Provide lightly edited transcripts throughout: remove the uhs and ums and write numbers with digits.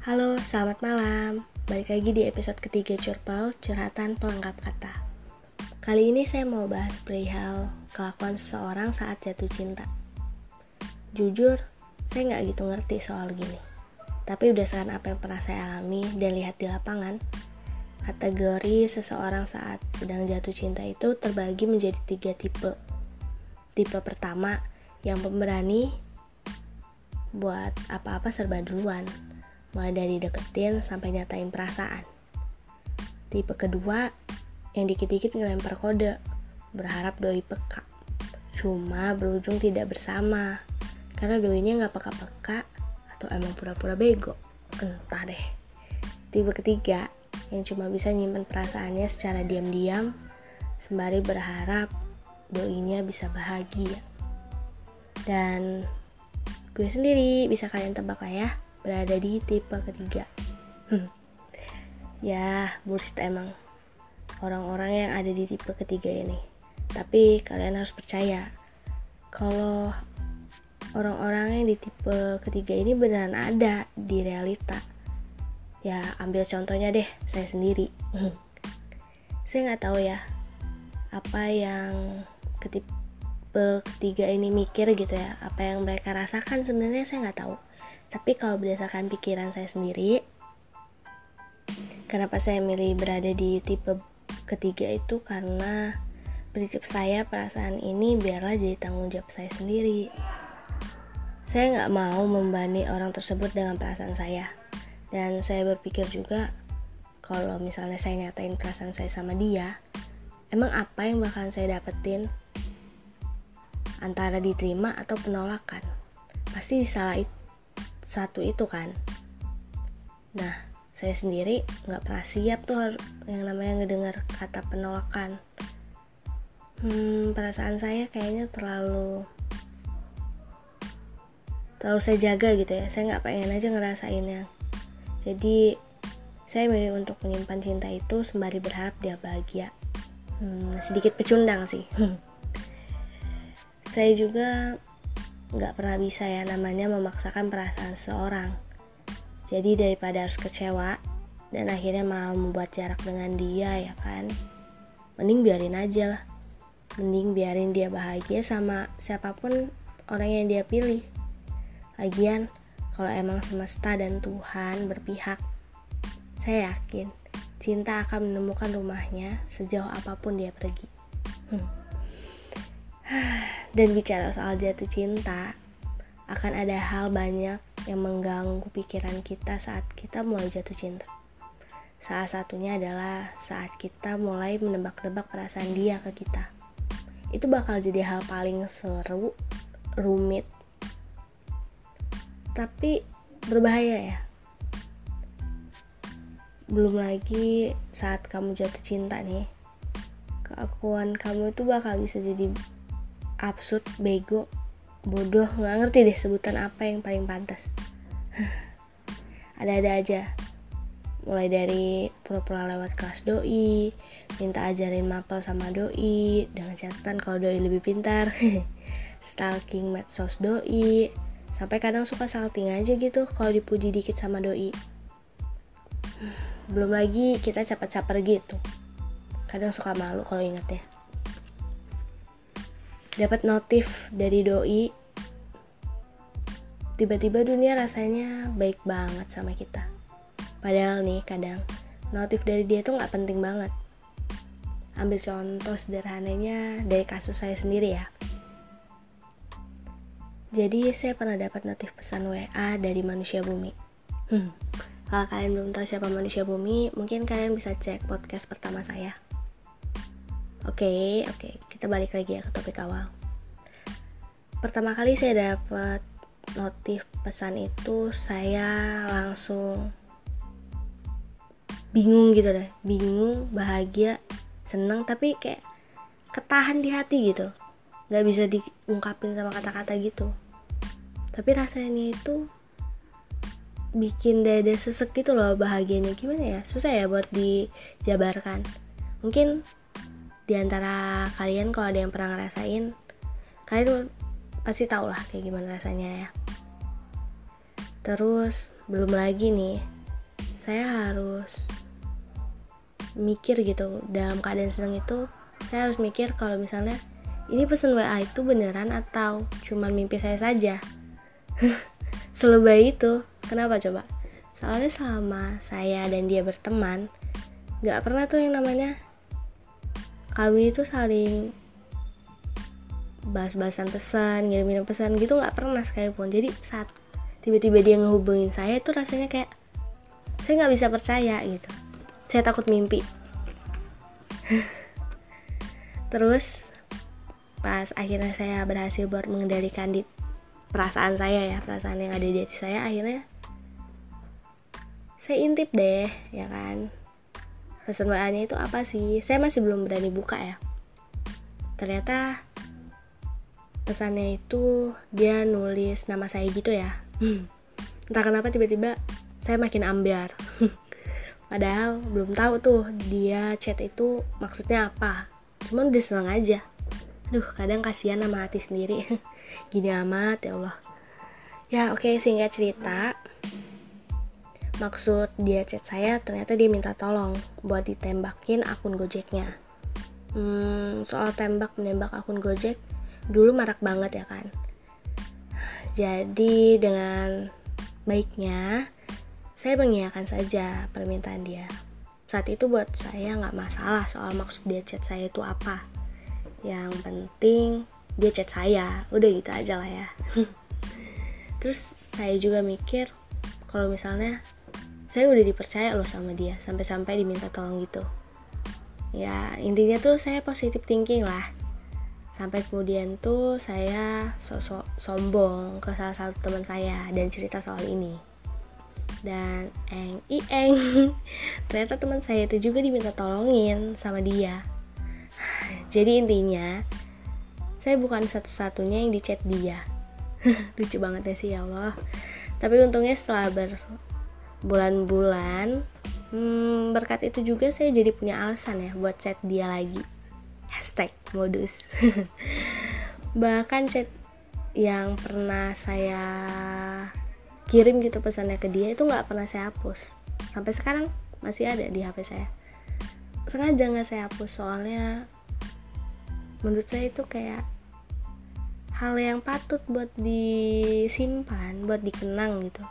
Halo, selamat malam. Balik lagi di episode ketiga Curpal, curhatan pelengkap kata. Kali ini saya mau bahas perihal kelakuan seseorang saat jatuh cinta. Jujur, saya nggak gitu ngerti soal gini. Tapi berdasarkan apa yang pernah saya alami dan lihat di lapangan, kategori seseorang saat sedang jatuh cinta itu terbagi menjadi 3 tipe. Tipe pertama, yang pemberani buat apa-apa serba duluan, mulai dari deketin sampai nyatain perasaan. Tipe kedua, yang dikit-dikit ngelempar kode, berharap doi peka, cuma berujung tidak bersama, karena doinya gak peka-peka atau emang pura-pura bego, entah deh. Tipe ketiga, yang cuma bisa nyimpen perasaannya secara diam-diam, sembari berharap doinya bisa bahagia. Dan gue sendiri, bisa kalian tebak lah ya, berada di tipe ketiga. Ya, bullshit emang orang-orang yang ada di tipe ketiga ini. Tapi kalian harus percaya kalau orang-orang yang di tipe ketiga ini beneran ada di realita. Ya, ambil contohnya deh, saya sendiri. Saya gak tahu ya apa yang tipe ketiga ini mikir gitu ya, apa yang mereka rasakan sebenarnya saya nggak tahu. Tapi kalau berdasarkan pikiran saya sendiri, kenapa saya milih berada di tipe ketiga itu karena prinsip saya, perasaan ini biarlah jadi tanggung jawab saya sendiri. Saya nggak mau membebani orang tersebut dengan perasaan saya. Dan saya berpikir juga, kalau misalnya saya nyatain perasaan saya sama dia, emang apa yang bakalan saya dapetin? Antara diterima atau penolakan, pasti salah satu itu kan. Nah, saya sendiri gak pernah siap tuh yang namanya ngedengar kata penolakan. Perasaan saya kayaknya terlalu saya jaga gitu ya. Saya gak pengen aja ngerasainnya. Jadi saya milih untuk menyimpan cinta itu sembari berharap dia bahagia. Sedikit pecundang sih. Saya juga gak pernah bisa ya namanya memaksakan perasaan seseorang. Jadi daripada harus kecewa dan akhirnya malah membuat jarak dengan dia ya kan, mending biarin aja lah. Mending biarin dia bahagia sama siapapun orang yang dia pilih. Lagian kalau emang semesta dan Tuhan berpihak, saya yakin cinta akan menemukan rumahnya sejauh apapun dia pergi. Dan bicara soal jatuh cinta, akan ada hal banyak yang mengganggu pikiran kita saat kita mulai jatuh cinta. Salah satunya adalah saat kita mulai menebak-nebak perasaan dia ke kita. Itu bakal jadi hal paling seru, rumit, tapi berbahaya ya. Belum lagi saat kamu jatuh cinta nih, keakuan kamu itu bakal bisa jadi absurd, bego, bodoh, gak ngerti deh sebutan apa yang paling pantas. Ada-ada aja. Mulai dari pura-pura lewat kelas doi, minta ajarin mapel sama doi dengan catatan kalau doi lebih pintar, stalking medsos doi, sampai kadang suka salting aja gitu kalau dipuji dikit sama doi. Belum lagi kita caper-caper gitu. Kadang suka malu kalau inget ya. Dapat notif dari doi, tiba-tiba dunia rasanya baik banget sama kita. Padahal nih kadang notif dari dia tuh gak penting banget. Ambil contoh sederhananya dari kasus saya sendiri ya. Jadi saya pernah dapat notif pesan WA dari manusia bumi. Kalau kalian belum tahu siapa manusia bumi, mungkin kalian bisa cek podcast pertama saya. Oke, kita balik lagi ya ke topik awal. Pertama kali saya dapat notif pesan itu, saya langsung bingung gitu deh. Bingung, bahagia, seneng, tapi kayak ketahan di hati gitu. Gak bisa diungkapin sama kata-kata gitu. Tapi rasanya itu bikin dada sesek gitu loh bahagianya. Gimana ya? Susah ya buat dijabarkan. Mungkin di antara kalian kalau ada yang pernah ngerasain, kalian pasti tau lah kayak gimana rasanya ya. Terus belum lagi nih, saya harus mikir gitu. Dalam keadaan senang itu saya harus mikir kalau misalnya ini pesan WA itu beneran atau cuman mimpi saya saja. Selebay itu. Kenapa coba? Soalnya selama saya dan dia berteman, gak pernah tuh yang namanya kami itu saling bahas-bahasan pesan, ngirim-ngirim pesan gitu, gak pernah sekalipun. Jadi saat tiba-tiba dia ngehubungin saya itu rasanya kayak saya gak bisa percaya gitu. Saya takut mimpi. Terus pas akhirnya saya berhasil buat mengendalikan perasaan saya ya, perasaan yang ada di hati saya, akhirnya saya intip deh ya kan, pesan WA-nya itu apa sih. Saya masih belum berani buka ya. Ternyata pesannya itu dia nulis nama saya gitu ya. Entah kenapa tiba-tiba saya makin ambiar. Padahal belum tahu tuh dia chat itu maksudnya apa, cuman udah seneng aja. Aduh, kadang kasihan sama hati sendiri. Gini amat ya Allah. Ya oke, singkat cerita, maksud dia chat saya ternyata dia minta tolong buat ditembakin akun Gojeknya. Soal tembak-menembak akun Gojek dulu marak banget ya kan. Jadi dengan baiknya saya mengiyakan saja permintaan dia. Saat itu buat saya gak masalah soal maksud dia chat saya itu apa. Yang penting dia chat saya, udah gitu aja lah ya. Terus saya juga mikir kalau misalnya saya udah dipercaya loh sama dia, sampai-sampai diminta tolong gitu. Ya intinya tuh saya positive thinking lah. Sampai kemudian tuh saya sok-sok sombong ke salah satu teman saya dan cerita soal ini. Dan ternyata teman saya itu juga diminta tolongin sama dia. Jadi intinya saya bukan satu-satunya yang dicat dia. Lucu banget ya sih ya Allah. Tapi untungnya setelah berbulan-bulan, berkat itu juga saya jadi punya alasan ya buat chat dia lagi. #modus. Bahkan chat yang pernah saya kirim gitu pesannya ke dia itu gak pernah saya hapus. Sampai sekarang masih ada di HP saya. Sengaja gak saya hapus soalnya menurut saya itu kayak hal yang patut buat disimpan, buat dikenang gitu.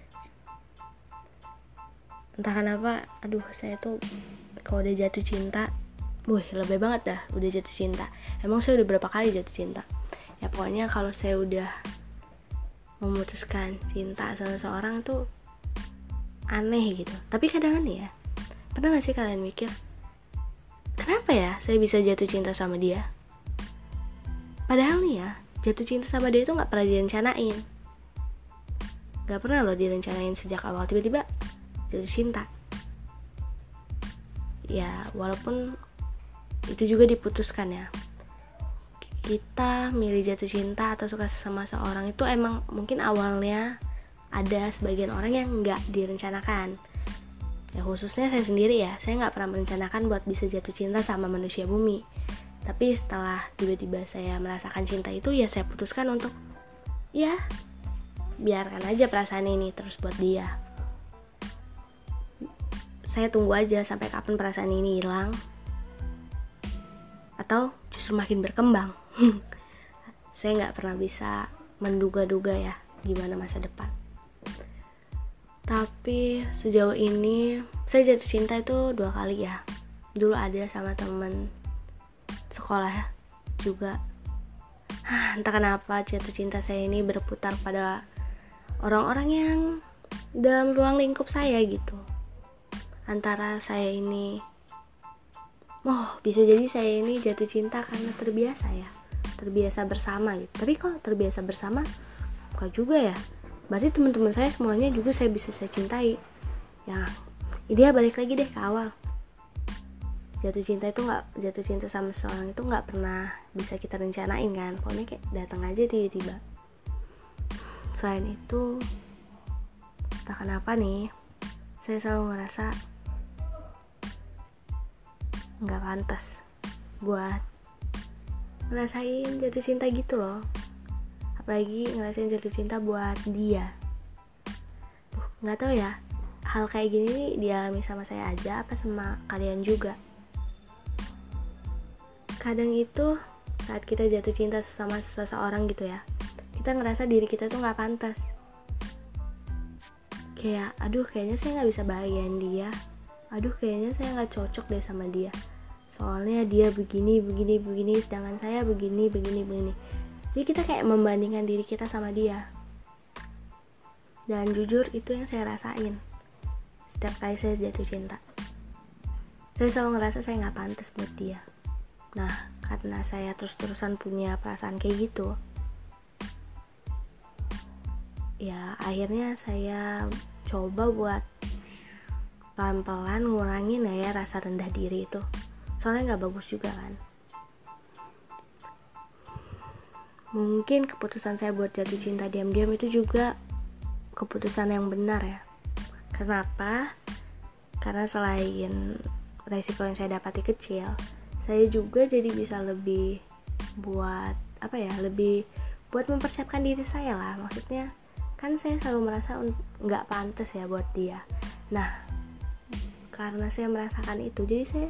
Entah kenapa, aduh saya tuh kalau udah jatuh cinta, lebih banget dah udah jatuh cinta. Emang saya udah berapa kali jatuh cinta? Ya pokoknya kalau saya udah memutuskan cinta sama seorang tuh aneh gitu. Tapi kadang nih ya, pernah gak sih kalian mikir, kenapa ya saya bisa jatuh cinta sama dia? Padahal nih ya, jatuh cinta sama dia itu gak pernah direncanain. Gak pernah loh direncanain sejak awal, tiba-tiba jatuh cinta. Ya walaupun itu juga diputuskan ya. Kita milih jatuh cinta atau suka sama seorang itu emang mungkin awalnya ada sebagian orang yang gak direncanakan. Ya khususnya saya sendiri ya, saya gak pernah merencanakan buat bisa jatuh cinta sama manusia bumi. Tapi setelah tiba-tiba saya merasakan cinta itu, ya saya putuskan untuk ya biarkan aja perasaan ini terus buat dia. Saya tunggu aja sampai kapan perasaan ini hilang atau justru makin berkembang. Saya gak pernah bisa menduga-duga ya gimana masa depan. Tapi sejauh ini saya jatuh cinta itu 2 kali ya. Dulu ada sama temen sekolah juga. Entah kenapa jatuh cinta saya ini berputar pada orang-orang yang dalam ruang lingkup saya gitu. Antara saya ini, bisa jadi saya ini jatuh cinta karena terbiasa ya, terbiasa bersama gitu. Tapi kalau terbiasa bersama, bukan juga ya. Berarti teman-teman saya semuanya juga saya bisa saya cintai. Ya, dia balik lagi deh ke awal. Jatuh cinta sama seseorang itu nggak pernah bisa kita rencanain kan. Pokoknya kayak datang aja tiba-tiba. Selain itu, entah kenapa nih, saya selalu ngerasa nggak pantas buat ngerasain jatuh cinta gitu loh. Apalagi ngerasain jatuh cinta buat dia. Nggak tahu ya, hal kayak gini nih dialami sama saya aja apa sama kalian juga? Kadang itu saat kita jatuh cinta sama seseorang gitu ya, kita ngerasa diri kita tuh gak pantas. Kayak, aduh kayaknya saya gak bisa bahagiain dia, aduh kayaknya saya gak cocok deh sama dia, soalnya dia begini, sedangkan saya begini. Jadi kita kayak membandingkan diri kita sama dia. Dan jujur itu yang saya rasain setiap kali saya jatuh cinta. Saya selalu ngerasa saya gak pantas buat dia. Nah, karena saya terus-terusan punya perasaan kayak gitu, ya akhirnya saya coba buat pelan-pelan ngurangin ya rasa rendah diri itu. Soalnya gak bagus juga kan. Mungkin keputusan saya buat jatuh cinta diam-diam itu juga keputusan yang benar ya. Kenapa? Karena selain resiko yang saya dapati kecil, saya juga jadi bisa lebih buat lebih buat mempersiapkan diri saya lah. Maksudnya kan saya selalu merasa nggak pantas ya buat dia. Nah, karena saya merasakan itu,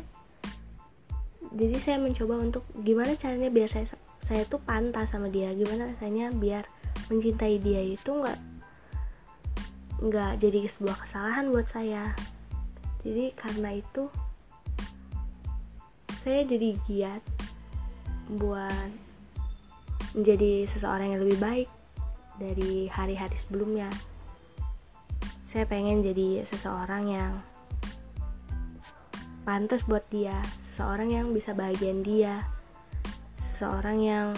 jadi saya mencoba untuk gimana caranya biar saya tuh pantas sama dia, gimana rasanya biar mencintai dia itu nggak jadi sebuah kesalahan buat saya. Jadi karena itu saya jadi giat buat menjadi seseorang yang lebih baik dari hari-hari sebelumnya. Saya pengen jadi seseorang yang pantas buat dia, seseorang yang bisa bahagiain dia, seseorang yang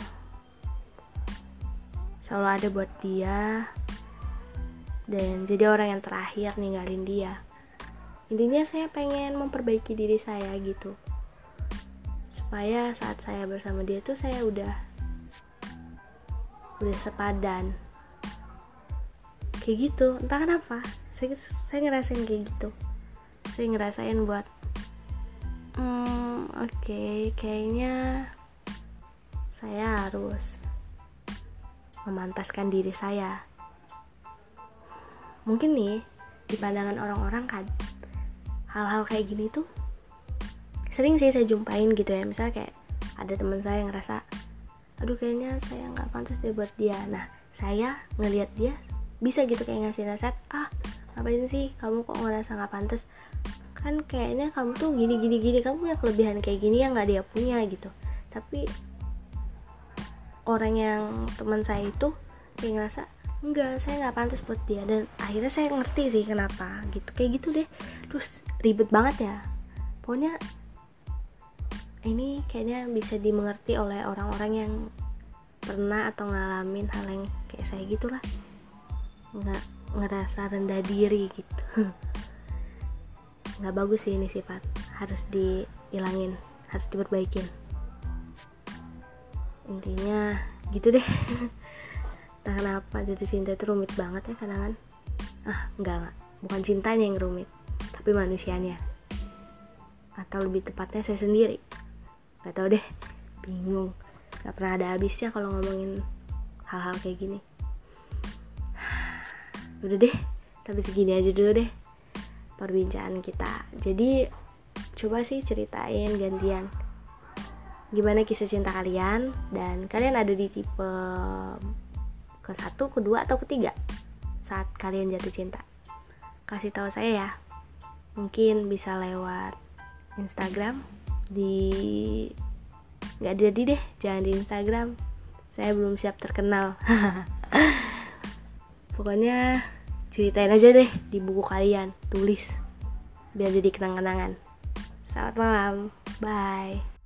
selalu ada buat dia, dan jadi orang yang terakhir ninggalin dia. Intinya saya pengen memperbaiki diri saya gitu, supaya saat saya bersama dia tuh saya udah sepadan kayak gitu. Entah kenapa saya ngerasain kayak gitu. Saya ngerasain buat oke, kayaknya saya harus memantaskan diri saya. Mungkin nih di pandangan orang-orang kan hal-hal kayak gini tuh sering sih saya jumpain gitu ya. Misalnya kayak ada teman saya yang ngerasa aduh kayaknya saya gak pantas deh buat dia. Nah, saya ngelihat dia bisa gitu kayak ngasih nasihat, ngapain sih kamu kok ngerasa gak pantas, kan kayaknya kamu tuh gini, kamu punya kelebihan kayak gini yang gak dia punya gitu. Tapi orang yang teman saya itu kayak ngerasa enggak, saya gak pantas buat dia. Dan akhirnya saya ngerti sih kenapa gitu, kayak gitu deh. Terus ribet banget ya. Pokoknya ini kayaknya bisa dimengerti oleh orang-orang yang pernah atau ngalamin hal yang kayak saya gitulah, nggak ngerasa rendah diri gitu. Nggak bagus sih ini sifat, harus dihilangin, harus diperbaikin. Intinya gitu deh. Entah kenapa jatuh cinta itu rumit banget ya kadang-kadang. Enggak, bukan cintanya yang rumit, tapi manusianya, atau lebih tepatnya saya sendiri. Gak tau deh, bingung, gak pernah ada habisnya kalau ngomongin hal-hal kayak gini. Udah deh, tapi segini aja dulu deh perbincangan kita. Jadi coba sih ceritain gantian gimana kisah cinta kalian, dan kalian ada di tipe ke-1, ke-2, atau ke-3 saat kalian jatuh cinta. Kasih tahu saya ya, mungkin bisa lewat Instagram nggak jadi deh, jangan di Instagram, saya belum siap terkenal. Pokoknya ceritain aja deh di buku kalian, tulis biar jadi kenang-kenangan. Selamat malam, bye.